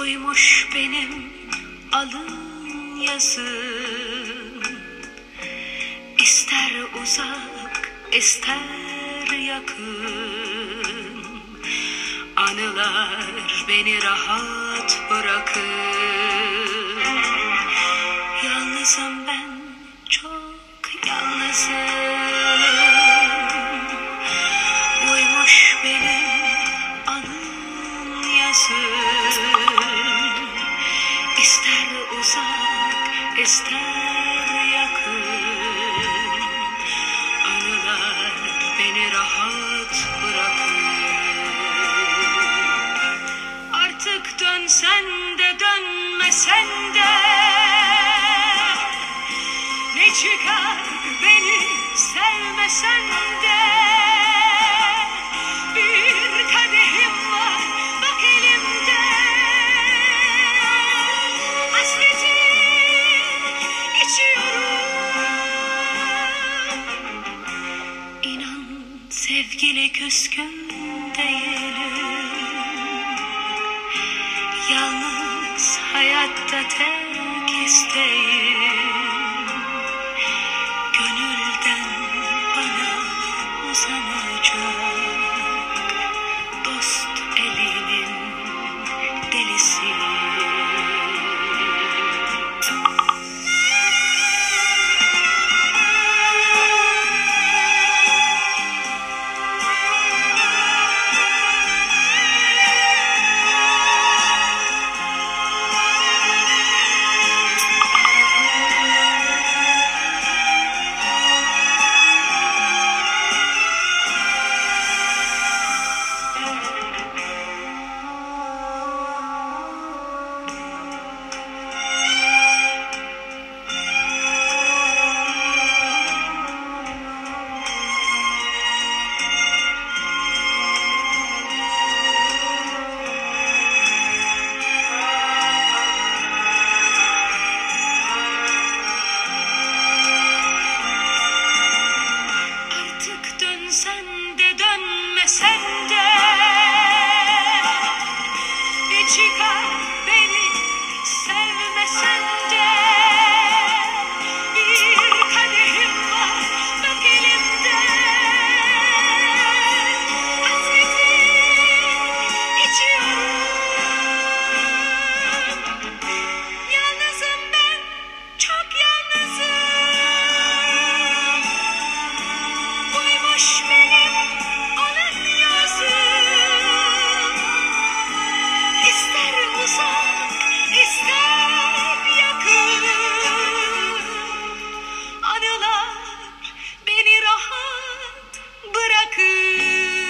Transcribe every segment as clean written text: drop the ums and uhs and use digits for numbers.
Buymuş benim alın yazım, İster uzak ister yakın, anılar beni rahat bırakın. Yalnızım ben, çok yalnızım. Buymuş benim alın yazım, İster uzak ister yakın, anılar beni rahat bırakın. Artık dönsen de dönmesen de ne çıkar beni sevmesen de, bir kadehim var bak elimde, hasreti içiyorum. İnan sevgili küskün değilim, yalnız hayatta tek isteğim gönülden bana uzanacak dost elinin delisi. Dönsen de dönmesen de ne çıkar beni sevmesen de, bir kadehim var bak elimde, hasreti içiyorum. Yalnızım ben, çok yalnızım. Buymuş benim alın yazım, İster uzak ister yakın, anılar beni rahat bırakın.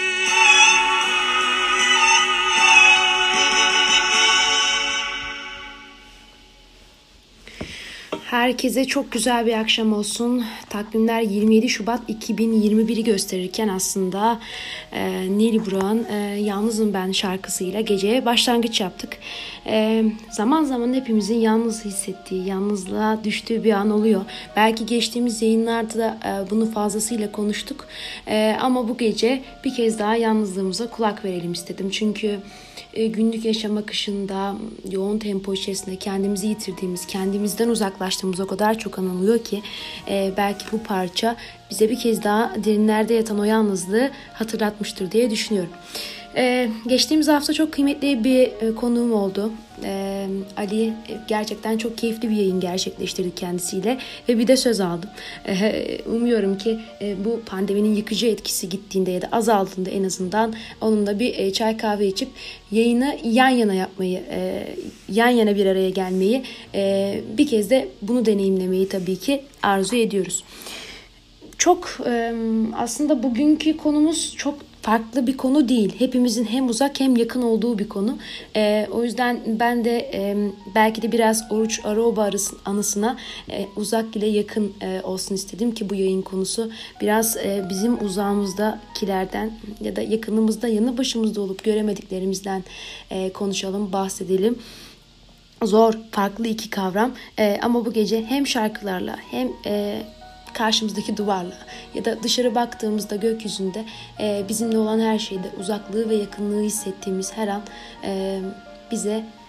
Herkese çok güzel bir akşam olsun. Takvimler 27 Şubat 2021'i gösterirken aslında Neri Burak'ın Yalnızım Ben şarkısıyla geceye başlangıç yaptık. Zaman zaman hepimizin yalnız hissettiği, yalnızlığa düştüğü bir an oluyor. Belki geçtiğimiz yayınlarda da bunu fazlasıyla konuştuk. Ama bu gece bir kez daha yalnızlığımıza kulak verelim istedim. Çünkü günlük yaşam akışında yoğun tempo içerisinde kendimizi yitirdiğimiz, kendimizden uzaklaştığımız o kadar çok an oluyor ki belki bu parça bize bir kez daha derinlerde yatan o yalnızlığı hatırlatmıştır diye düşünüyorum. Geçtiğimiz hafta çok kıymetli bir konuğum oldu. Ali gerçekten çok keyifli bir yayın gerçekleştirdik kendisiyle ve bir de söz aldım. Umuyorum ki bu pandeminin yıkıcı etkisi gittiğinde ya da azaldığında en azından onunla bir çay kahve içip yayını yan yana yapmayı, yan yana bir araya gelmeyi, bir kez de bunu deneyimlemeyi tabii ki arzu ediyoruz. Çok aslında bugünkü konumuz çok farklı bir konu değil. Hepimizin hem uzak hem yakın olduğu bir konu. O yüzden ben de belki de biraz Oruç Aroba anısına uzak ile yakın olsun istedim ki bu yayın konusu biraz bizim uzağımızdakilerden ya da yakınımızda, yanı başımızda olup göremediklerimizden konuşalım, bahsedelim. Zor, farklı iki kavram ama bu gece hem şarkılarla hem karşımızdaki duvarla ya da dışarı baktığımızda gökyüzünde bizimle olan her şeyde uzaklığı ve yakınlığı hissettiğimiz her an bize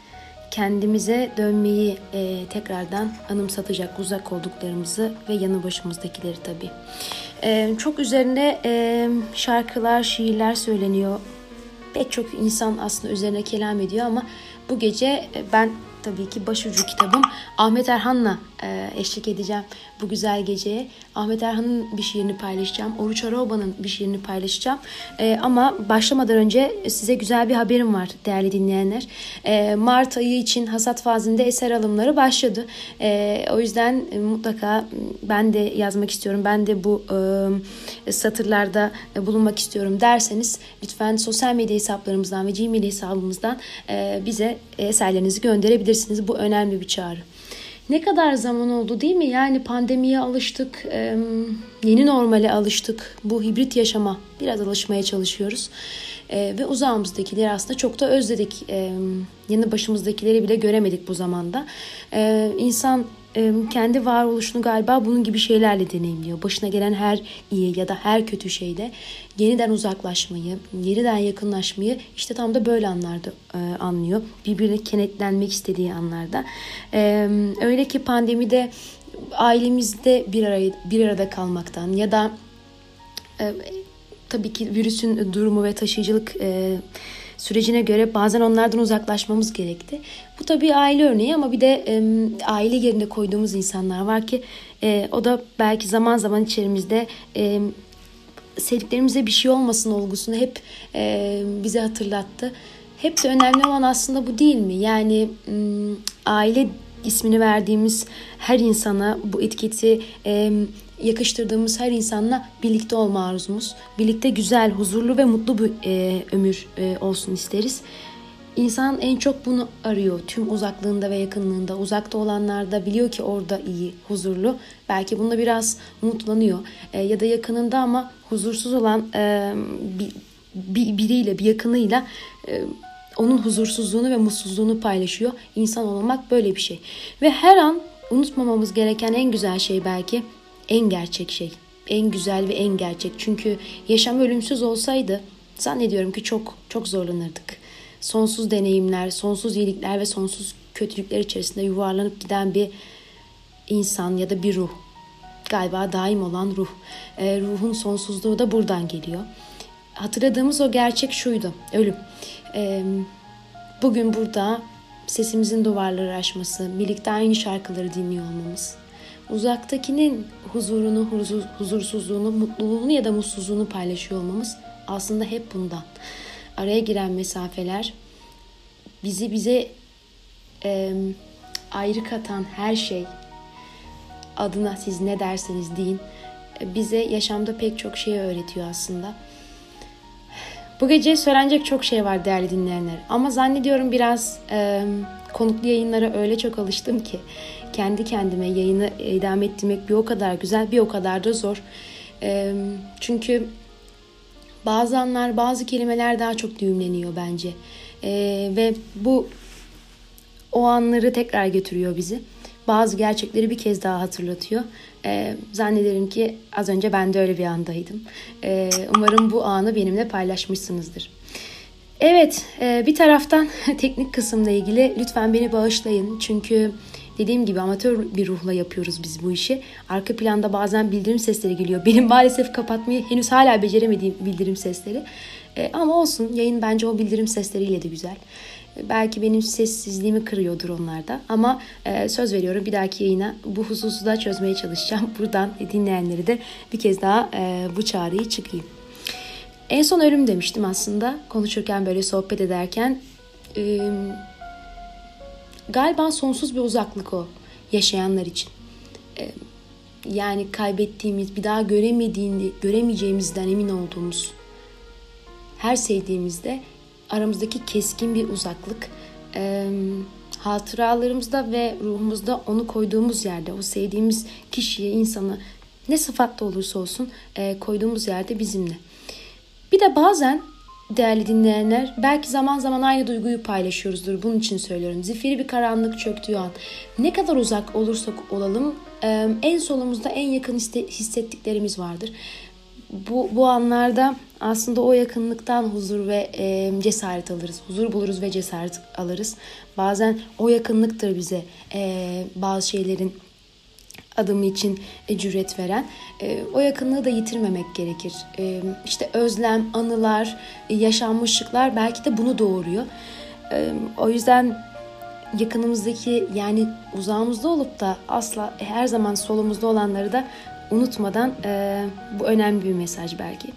kendimize dönmeyi tekrardan anımsatacak, uzak olduklarımızı ve yanı başımızdakileri tabii. Çok üzerine şarkılar, şiirler söyleniyor. Pek çok insan aslında üzerine kelam ediyor ama bu gece ben tabii ki başucu kitabım Ahmet Erhan'la eşlik edeceğim bu güzel geceye. Ahmet Erhan'ın bir şiirini paylaşacağım. Oruç Aroba'nın bir şiirini paylaşacağım. Ama başlamadan önce size güzel bir haberim var değerli dinleyenler. Mart ayı için hasat fazında eser alımları başladı. O yüzden mutlaka ben de yazmak istiyorum. Ben de bu satırlarda bulunmak istiyorum derseniz lütfen sosyal medya hesaplarımızdan ve Gmail hesabımızdan bize eserlerinizi gönderebilirsiniz. Bu önemli bir çağrı. Ne kadar zaman oldu değil mi? Yani pandemiye alıştık, yeni normale alıştık. Bu hibrit yaşama biraz alışmaya çalışıyoruz. Ve uzağımızdakileri aslında çok da özledik. Yanı başımızdakileri bile göremedik bu zamanda. İnsan kendi varoluşunu galiba bunun gibi şeylerle deneyimliyor. Başına gelen her iyi ya da her kötü şeyde yeniden uzaklaşmayı, yeniden yakınlaşmayı işte tam da böyle anlarda anlıyor. Birbirine kenetlenmek istediği anlarda. Öyle ki pandemide ailemizde bir arada kalmaktan ya da tabii ki virüsün durumu ve taşıyıcılık sürecine göre bazen onlardan uzaklaşmamız gerekti. Bu tabii aile örneği ama bir de aile yerine koyduğumuz insanlar var ki o da belki zaman zaman içerimizde sevdiklerimize bir şey olmasın olgusunu hep bize hatırlattı. Hep de önemli olan aslında bu değil mi? Yani aile ismini verdiğimiz her insana bu etiketi yakıştırdığımız her insanla birlikte olma arzumuz. Birlikte güzel, huzurlu ve mutlu bir ömür olsun isteriz. İnsan en çok bunu arıyor. Tüm uzaklığında ve yakınlığında. Uzakta olanlar da biliyor ki orada iyi, huzurlu. Belki bunda biraz umutlanıyor. Ya da yakınında ama huzursuz olan biriyle, bir yakınıyla onun huzursuzluğunu ve mutsuzluğunu paylaşıyor. İnsan olmak böyle bir şey. Ve her an unutmamamız gereken en güzel şey belki en gerçek şey. En güzel ve en gerçek. Çünkü yaşam ölümsüz olsaydı zannediyorum ki çok çok zorlanırdık. Sonsuz deneyimler, sonsuz iyilikler ve sonsuz kötülükler içerisinde yuvarlanıp giden bir insan ya da bir ruh. Galiba daim olan ruh. Ruhun sonsuzluğu da buradan geliyor. Hatırladığımız o gerçek şuydu. Ölüm. Bugün burada sesimizin duvarları aşması, birlikte aynı şarkıları dinliyor olmamız, uzaktakinin huzurunu, huzursuzluğunu, mutluluğunu ya da mutsuzluğunu paylaşıyor olmamız aslında hep bundan. Araya giren mesafeler, bize ayrı katan her şey, adına siz ne derseniz deyin, bize yaşamda pek çok şey öğretiyor aslında. Bu gece söylenecek çok şey var değerli dinleyenler. Ama zannediyorum biraz konuklu yayınlara öyle çok alıştım ki kendi kendime yayını idame ettirmek bir o kadar güzel, bir o kadar da zor. Çünkü bazı anlar, bazı kelimeler daha çok düğümleniyor bence. Ve bu o anları tekrar götürüyor bizi. Bazı gerçekleri bir kez daha hatırlatıyor. Zannederim ki az önce ben de öyle bir andaydım. Umarım bu anı benimle paylaşmışsınızdır. Evet, bir taraftan teknik kısımla ilgili lütfen beni bağışlayın. Çünkü dediğim gibi amatör bir ruhla yapıyoruz biz bu işi. Arka planda bazen bildirim sesleri geliyor. Benim maalesef kapatmayı henüz hala beceremediğim bildirim sesleri. Ama olsun, yayın bence o bildirim sesleriyle de güzel. Belki benim sessizliğimi kırıyordur onlar da. Ama söz veriyorum bir dahaki yayına bu hususu da çözmeye çalışacağım. Buradan dinleyenleri de bir kez daha bu çağrıyı çıkayım. En son ölüm demiştim aslında. Konuşurken böyle sohbet ederken. Galiba sonsuz bir uzaklık o yaşayanlar için. Yani kaybettiğimiz, bir daha göremeyeceğimizden emin olduğumuz her sevdiğimizde aramızdaki keskin bir uzaklık, hatıralarımızda ve ruhumuzda onu koyduğumuz yerde, o sevdiğimiz kişiye, insanı ne sıfatla olursa olsun koyduğumuz yerde bizimle. Bir de bazen değerli dinleyenler belki zaman zaman aynı duyguyu paylaşıyoruzdur. Bunun için söylüyorum. Zifiri bir karanlık çöktüğü an ne kadar uzak olursak olalım en solumuzda en yakın hissettiklerimiz vardır. Bu anlarda Aslında o yakınlıktan huzur ve cesaret alırız. Huzur buluruz ve cesaret alırız. Bazen o yakınlıktır bize bazı şeylerin adımı için cüret veren. O yakınlığı da yitirmemek gerekir. İşte özlem, anılar, yaşanmışlıklar belki de bunu doğuruyor. O yüzden yakınımızdaki, yani uzağımızda olup da asla her zaman solumuzda olanları da unutmadan, bu önemli bir mesaj belki.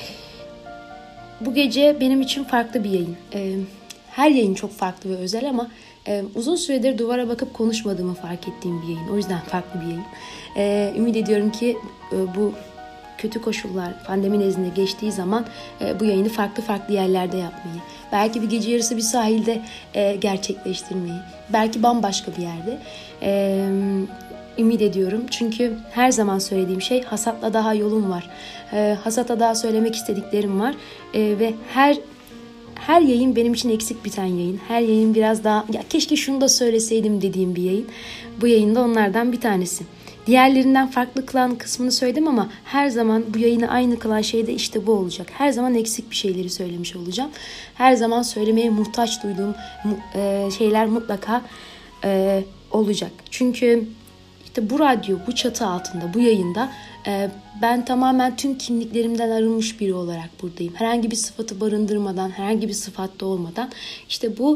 Bu gece benim için farklı bir yayın. Her yayın çok farklı ve özel ama uzun süredir duvara bakıp konuşmadığımı fark ettiğim bir yayın. O yüzden farklı bir yayın. Ümit ediyorum ki bu kötü koşullar pandemi nezdinde geçtiği zaman bu yayını farklı yerlerde yapmayı, belki bir gece yarısı bir sahilde gerçekleştirmeyi, belki bambaşka bir yerde ümit ediyorum. Çünkü her zaman söylediğim şey, hasatla daha yolum var. Hasata daha söylemek istediklerim var. Ve her yayın benim için eksik biten yayın. Her yayın biraz daha ya keşke şunu da söyleseydim dediğim bir yayın. Bu yayın da onlardan bir tanesi. Diğerlerinden farklı kılan kısmını söyledim ama her zaman bu yayını aynı kılan şey de işte bu olacak. Her zaman eksik bir şeyleri söylemiş olacağım. Her zaman söylemeye muhtaç duyduğum şeyler mutlaka olacak. Çünkü işte bu radyo, bu çatı altında, bu yayında ben tamamen tüm kimliklerimden arınmış biri olarak buradayım. Herhangi bir sıfatı barındırmadan, herhangi bir sıfatta olmadan. İşte bu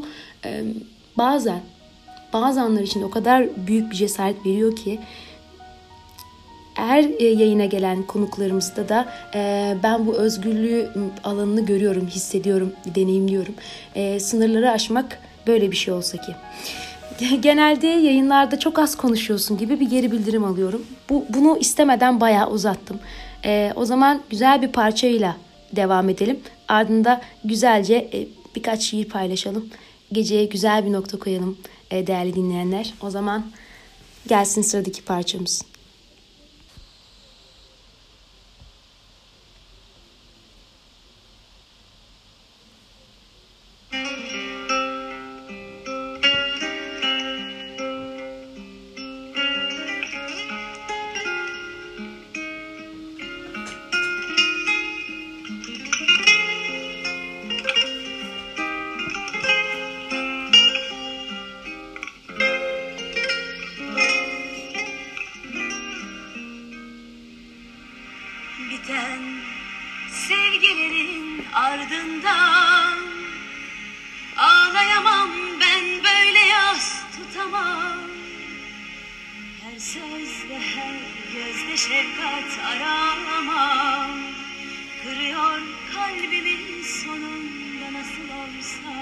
bazı anlar için o kadar büyük bir cesaret veriyor ki her yayına gelen konuklarımızda da ben bu özgürlüğü alanını görüyorum, hissediyorum, deneyimliyorum. Sınırları aşmak böyle bir şey olsa ki. Genelde yayınlarda çok az konuşuyorsun gibi bir geri bildirim alıyorum. Bunu istemeden bayağı uzattım. O zaman güzel bir parçayla devam edelim. Ardında güzelce birkaç şiir paylaşalım. Geceye güzel bir nokta koyalım değerli dinleyenler. O zaman gelsin sıradaki parçamız. Biten sevgilerin ardından ağlayamam ben, böyle yas tutamam. Her söz ve her gözde şefkat aramam. Kırıyor kalbimin sonunda nasıl olsa.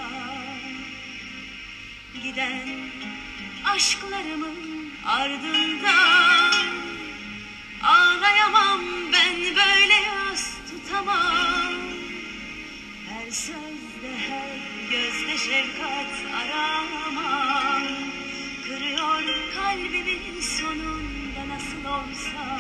Giden aşklarımın ardından ağlayamam ben, böyle yas tutamam. Her sözde her gözde şefkat aramam. Kırıyor kalbimin sonunda nasıl olsa.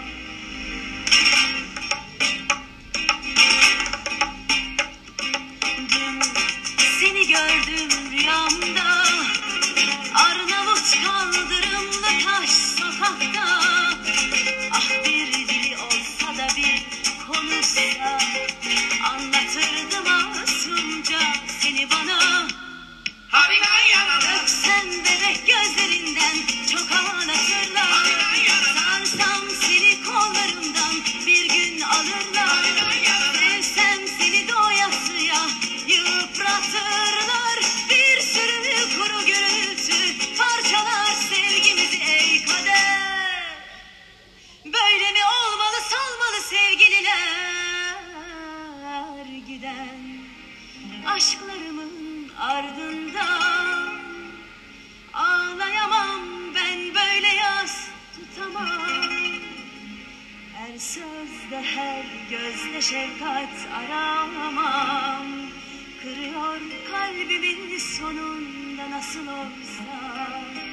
Dün seni gördüm rüyamda, Arnavut kaldırımlı taş sokakta. Ah bir dili olsa da bir konuşsa, anlatırdım masumca seni bana. Öpsem bebek gözlerinden çok ağlatırlar. Sarsam seni kollarımdan bir gün alırlar. Sevsem seni doyasıya yıpratırlar. Bir sürü kuru gürültü parçalar sevgimizi ey kader. Böyle mi olmalı salmalı sevgililer? Giden aşklarımın ardından ağlayamam ben, böyle yas tutamam. Her sözde her gözde şefkat aramam. Kırıyor kalbimin sonunda nasıl olsa.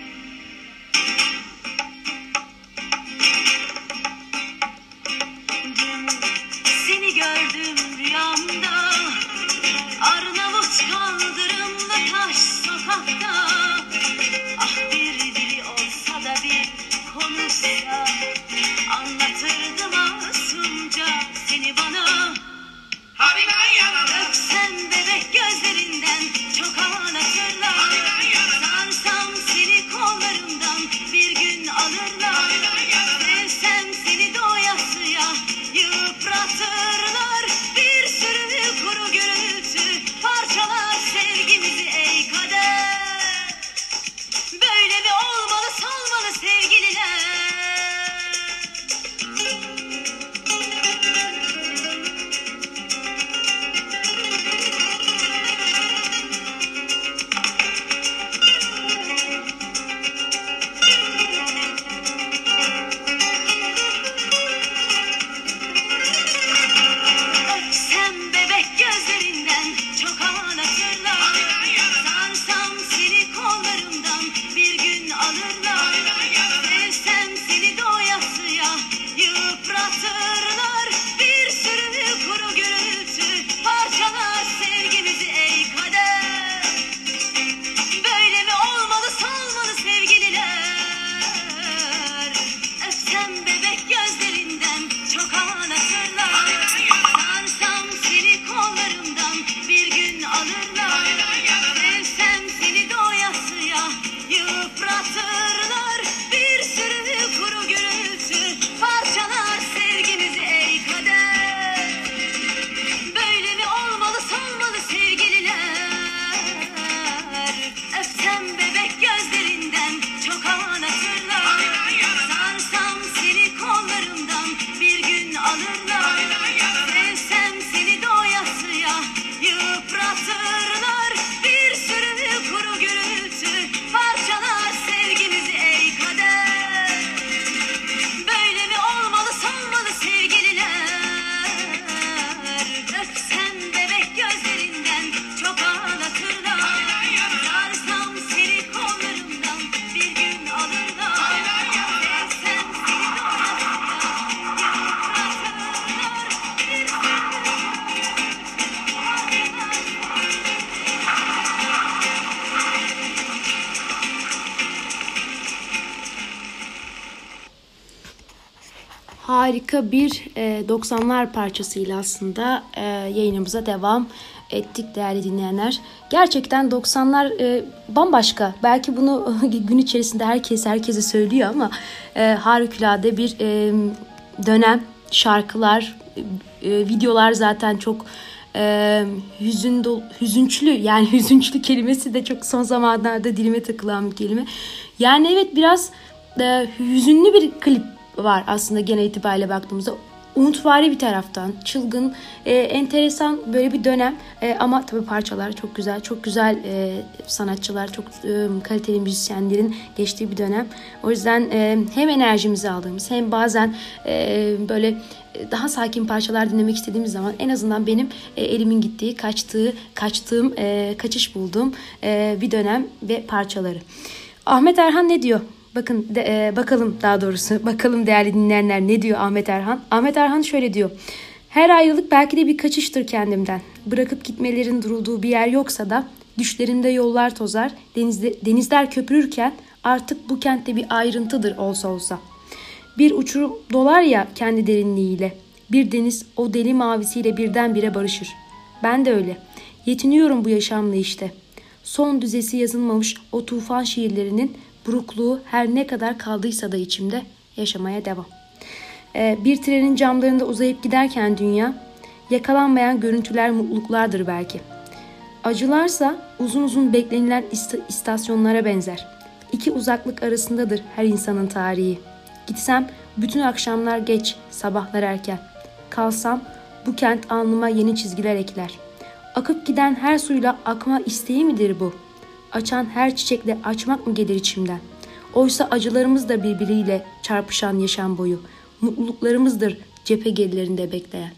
Dün seni gördüm rüyamda, Arnavut kaldırımlı taş sokakta. Ah bir dili olsa da bir konuşsa, anlatırdım masumca seni bana. Öpsem bebek gözlerinden çok ağlatırlar. Sarsam seni kollarımdan bir gün alırlar. Sevsem seni doyasıya yıpratırlar. Bir sürü kuru gürültü parçalar sevgimizi ey kader. Böyle mi olmalı solmalı sevgililer? Öpsem bebek gözlerinden çok ağlatırlar. Sarsam seni kollarımdan bir gün alırlar. Sevsem seni doyasıya yıpratırlar. Bir sürü kuru gürültü parçalar sevgimizi ey kader. Böyle mi olmalı solmalı sevgililer? Öpsem bebek gözlerinden çok ağlatırlar. Sarsam seni kollarımdan bir gün alırlar. Sevsem seni doyasıya yıpratırlar. Bir sürü kuru gürültü parçalar sevgimizi ey kader. Böyle mi olmalı solmalı sevgililer? Öpsem bebek gözlerinden çok ağlatırlar. Sarsam seni kollarımdan bir gün alırlar. Sevsem seni doyasıya yıpratırlar. Bir sürü kuru gürültü parçalar sevgimizi ey kader. Böyle mi olmalı solmalı sevgililer? Öpsem bebek gözlerinden çok ağlatırlar. Sarsam seni kollarımdan bir gün alırlar. Sevsem seni doyasıya yıpratırlar. Bir sürü Harika bir 90'lar parçasıyla aslında yayınımıza devam ettik değerli dinleyenler. Gerçekten 90'lar bambaşka. Belki bunu gün içerisinde herkese söylüyor ama harikulade bir dönem. Şarkılar, videolar zaten çok hüzünçlü, yani hüzünçlü kelimesi de çok son zamanlarda dilime takılan bir kelime. Yani evet, biraz hüzünlü bir klip var aslında genel itibariyle baktığımızda. Umutvari bir taraftan, çılgın, enteresan böyle bir dönem. Ama tabii parçalar çok güzel, çok güzel sanatçılar, çok kaliteli müzisyenlerin geçtiği bir dönem. O yüzden hem enerjimizi aldığımız hem bazen böyle daha sakin parçalar dinlemek istediğimiz zaman en azından benim elimin gittiği, kaçtığım, kaçış bulduğum bir dönem ve parçaları. Ahmet Erhan ne diyor? Bakalım değerli dinleyenler ne diyor Ahmet Erhan? Ahmet Erhan şöyle diyor. Her ayrılık belki de bir kaçıştır kendimden. Bırakıp gitmelerin durulduğu bir yer yoksa da düşlerimde yollar tozar, denizler köpürürken artık bu kentte bir ayrıntıdır olsa. Bir uçurum dolar ya kendi derinliğiyle. Bir deniz o deli mavisiyle birdenbire barışır. Ben de öyle. Yetiniyorum bu yaşamla işte. Son düzesi yazılmamış o tufan şiirlerinin burukluğu her ne kadar kaldıysa da içimde yaşamaya devam. Bir trenin camlarında uzayıp giderken dünya, yakalanmayan görüntüler mutluluklardır belki. Acılarsa uzun uzun beklenilen istasyonlara benzer. İki uzaklık arasındadır her insanın tarihi. Gitsem bütün akşamlar geç, sabahlar erken. Kalsam bu kent alnıma yeni çizgiler ekler. Akıp giden her suyla akma isteği midir bu? Açan her çiçekle açmak mı gelir içimden? Oysa acılarımız da birbiriyle çarpışan yaşam boyu. Mutluluklarımızdır cephe gerilerinde bekleyen.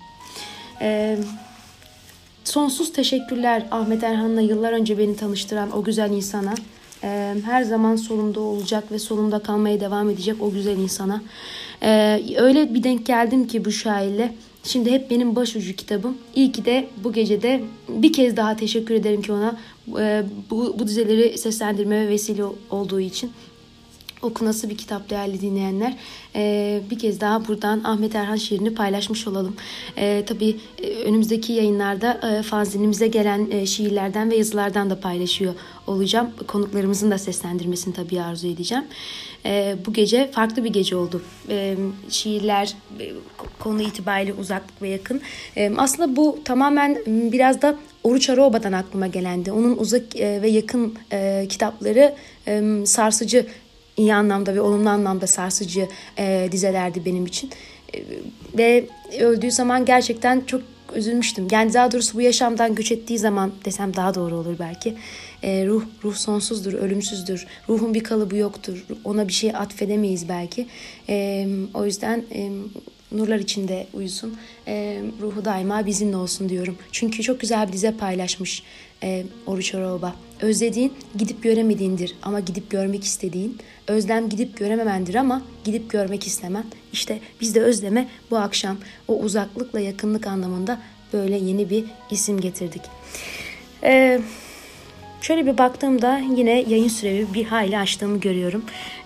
Sonsuz teşekkürler Ahmet Erhan'la yıllar önce beni tanıştıran o güzel insana. Her zaman solumda olacak ve solumda kalmaya devam edecek o güzel insana. Öyle bir denk geldim ki bu şairle. Şimdi hep benim başucu kitabım. İyi ki de bu gecede bir kez daha teşekkür ederim ki ona bu dizeleri seslendirmeme vesile olduğu için. Okunası bir kitap değerli dinleyenler. Bir kez daha buradan Ahmet Erhan şiirini paylaşmış olalım. Tabii önümüzdeki yayınlarda fanzinimize gelen şiirlerden ve yazılardan da paylaşıyor olacağım. Konuklarımızın da seslendirmesini tabii arzu edeceğim. Bu gece farklı bir gece oldu. Şiirler konu itibariyle uzaklık ve yakın. Aslında bu tamamen biraz da Oruç Aroba'dan aklıma gelendi. Onun uzak ve yakın kitapları sarsıcı, iyi anlamda ve olumlu anlamda sarsıcı dizelerdi benim için. Ve öldüğü zaman gerçekten çok üzülmüştüm. Yani daha doğrusu bu yaşamdan göç ettiği zaman desem daha doğru olur belki. Ruh sonsuzdur, ölümsüzdür. Ruhun bir kalıbı yoktur. Ona bir şey atfedemeyiz belki. O yüzden nurlar içinde uyusun. Ruhu daima bizimle olsun diyorum. Çünkü çok güzel bir dize paylaşmış Oruç Aroba. Özlediğin gidip göremediğindir ama gidip görmek istediğin. Özlem gidip görememendir ama gidip görmek istemen. İşte biz de özleme bu akşam o uzaklıkla yakınlık anlamında böyle yeni bir isim getirdik. Şöyle bir baktığımda yine yayın süremi bir hayli aştığımı görüyorum.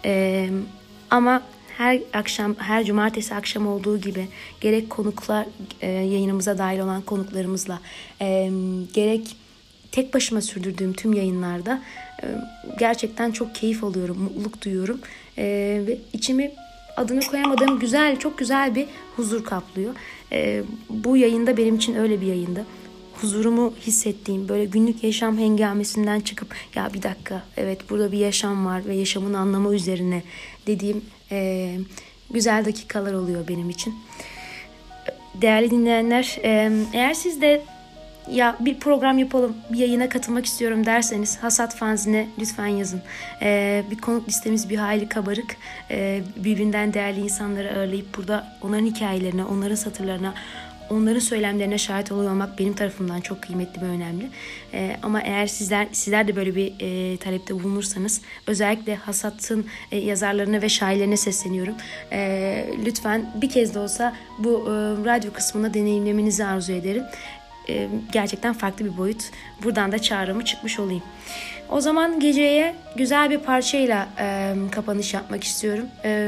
Ama her akşam, her cumartesi akşam olduğu gibi gerek konuklar, yayınımıza dahil olan konuklarımızla, gerek tek başıma sürdürdüğüm tüm yayınlarda gerçekten çok keyif alıyorum, mutluluk duyuyorum. Ve içimi adını koyamadığım güzel, çok güzel bir huzur kaplıyor. Bu yayında benim için öyle bir yayındı. Huzurumu hissettiğim, böyle günlük yaşam hengamesinden çıkıp ya bir dakika, evet burada bir yaşam var ve yaşamın anlamı üzerine dediğim güzel dakikalar oluyor benim için. Değerli dinleyenler, eğer siz de ya bir program yapalım, bir yayına katılmak istiyorum derseniz Hasat Fanzine'e lütfen yazın. Bir konuk listemiz bir hayli kabarık. Birbirinden değerli insanları ağırlayıp burada onların hikayelerine, onların satırlarına, onların söylemlerine şahit oluyor olmak benim tarafımdan çok kıymetli ve önemli. Ama eğer sizler de böyle bir talepte bulunursanız özellikle Hasat'ın yazarlarına ve şairlerine sesleniyorum. Lütfen bir kez de olsa bu radyo kısmını deneyimlemenizi arzu ederim. Gerçekten farklı bir boyut. Buradan da çağrımı çıkmış olayım. O zaman geceye güzel bir parçayla kapanış yapmak istiyorum.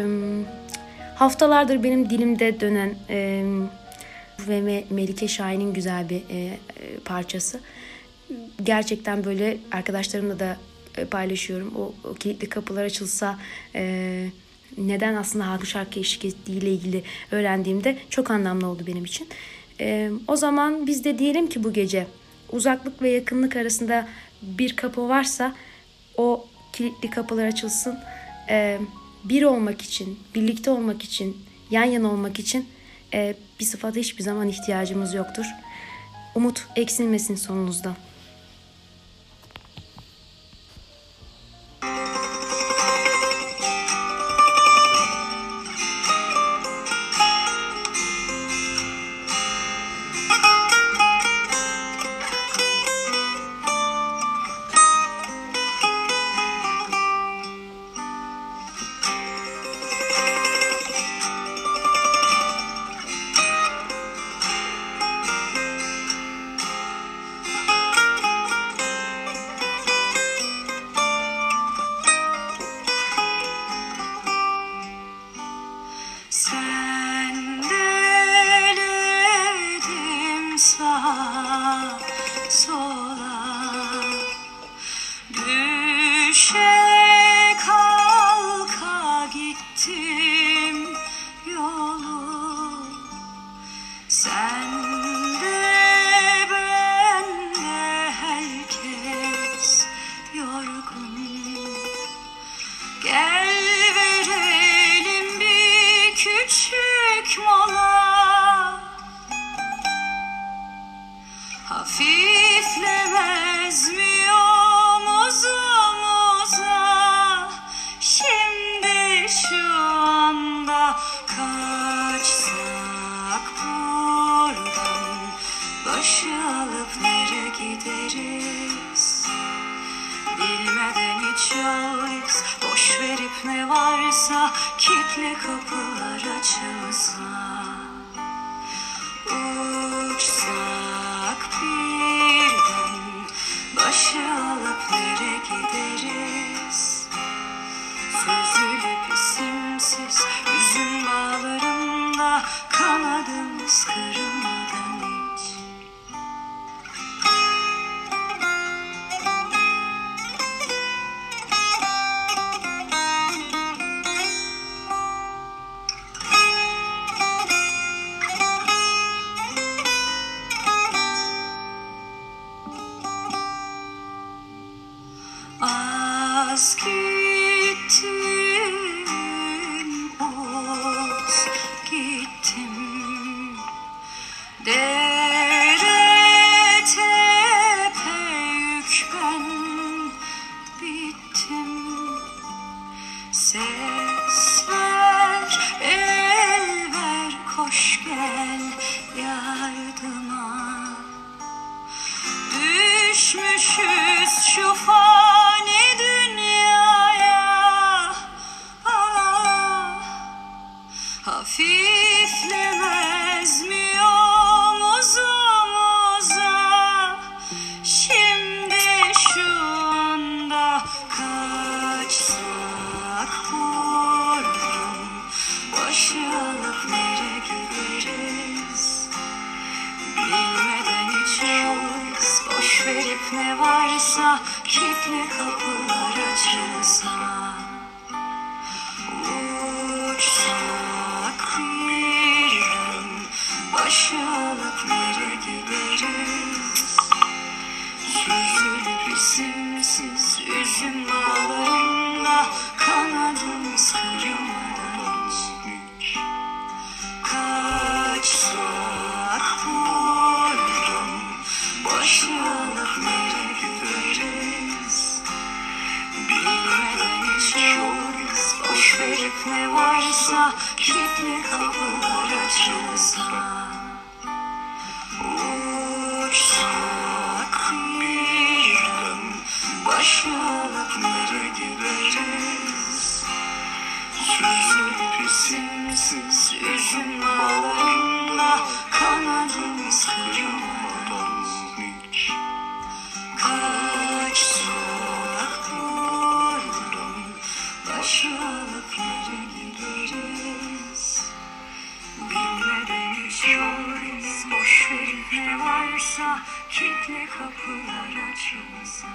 Haftalardır benim dilimde dönen ve Melike Şahin'in güzel bir parçası. Gerçekten böyle arkadaşlarımla da paylaşıyorum. O kilitli kapılar açılsa neden aslında halk şarkı eşlik ettiğiyle ilgili öğrendiğimde çok anlamlı oldu benim için. O zaman biz de diyelim ki bu gece uzaklık ve yakınlık arasında bir kapı varsa o kilitli kapılar açılsın. Bir olmak için, birlikte olmak için, yan yana olmak için bir sıfata hiçbir zaman ihtiyacımız yoktur. Umut eksilmesin sonunuzda. Hafiflemez mi omuzumuza? Şimdi şu anda kaçsak buradan, başı alıp nereye gideriz? Bilmeden hiç yolluyuz, boş verip ne varsa kilitli kapılar açılsa. Uçsak birden, başı alıp nereye gideriz? Süzülür Yaz gittim, boz gittim. Dere tepe yük ben bittim. Ses ver, el ver, koş gel yardıma. Düşmüşüz şu fani dünyaya. Hafiflemez mi omuz omuza? Şimdi şu anda kaçsak buradan, başı alıp nereye gideriz? Bilmeden içiyoruz, boş verip ne varsa kilitli kapılar açılsa. Uçsak bir an, başı alıp nereye gideriz? Süzülüp isimsiz üzüm bağlarında kanadımız kırılmadan hiç. Kaçsak buradan, başı alıp nereye gideriz? Bilmeden içiyoruz, boş verip ne varsa kilitli kapılar açılsa. Uçsak bir an, başı alıp nereye gideriz? Süzülüp isimsiz üzüm bağlarında kanadımız kırılmadan hiç. Kaçsak buradan, başı alıp nereye gideriz? Bilmeden içiyoruz, boş verip ne varsa kilitli kapılar açılsa.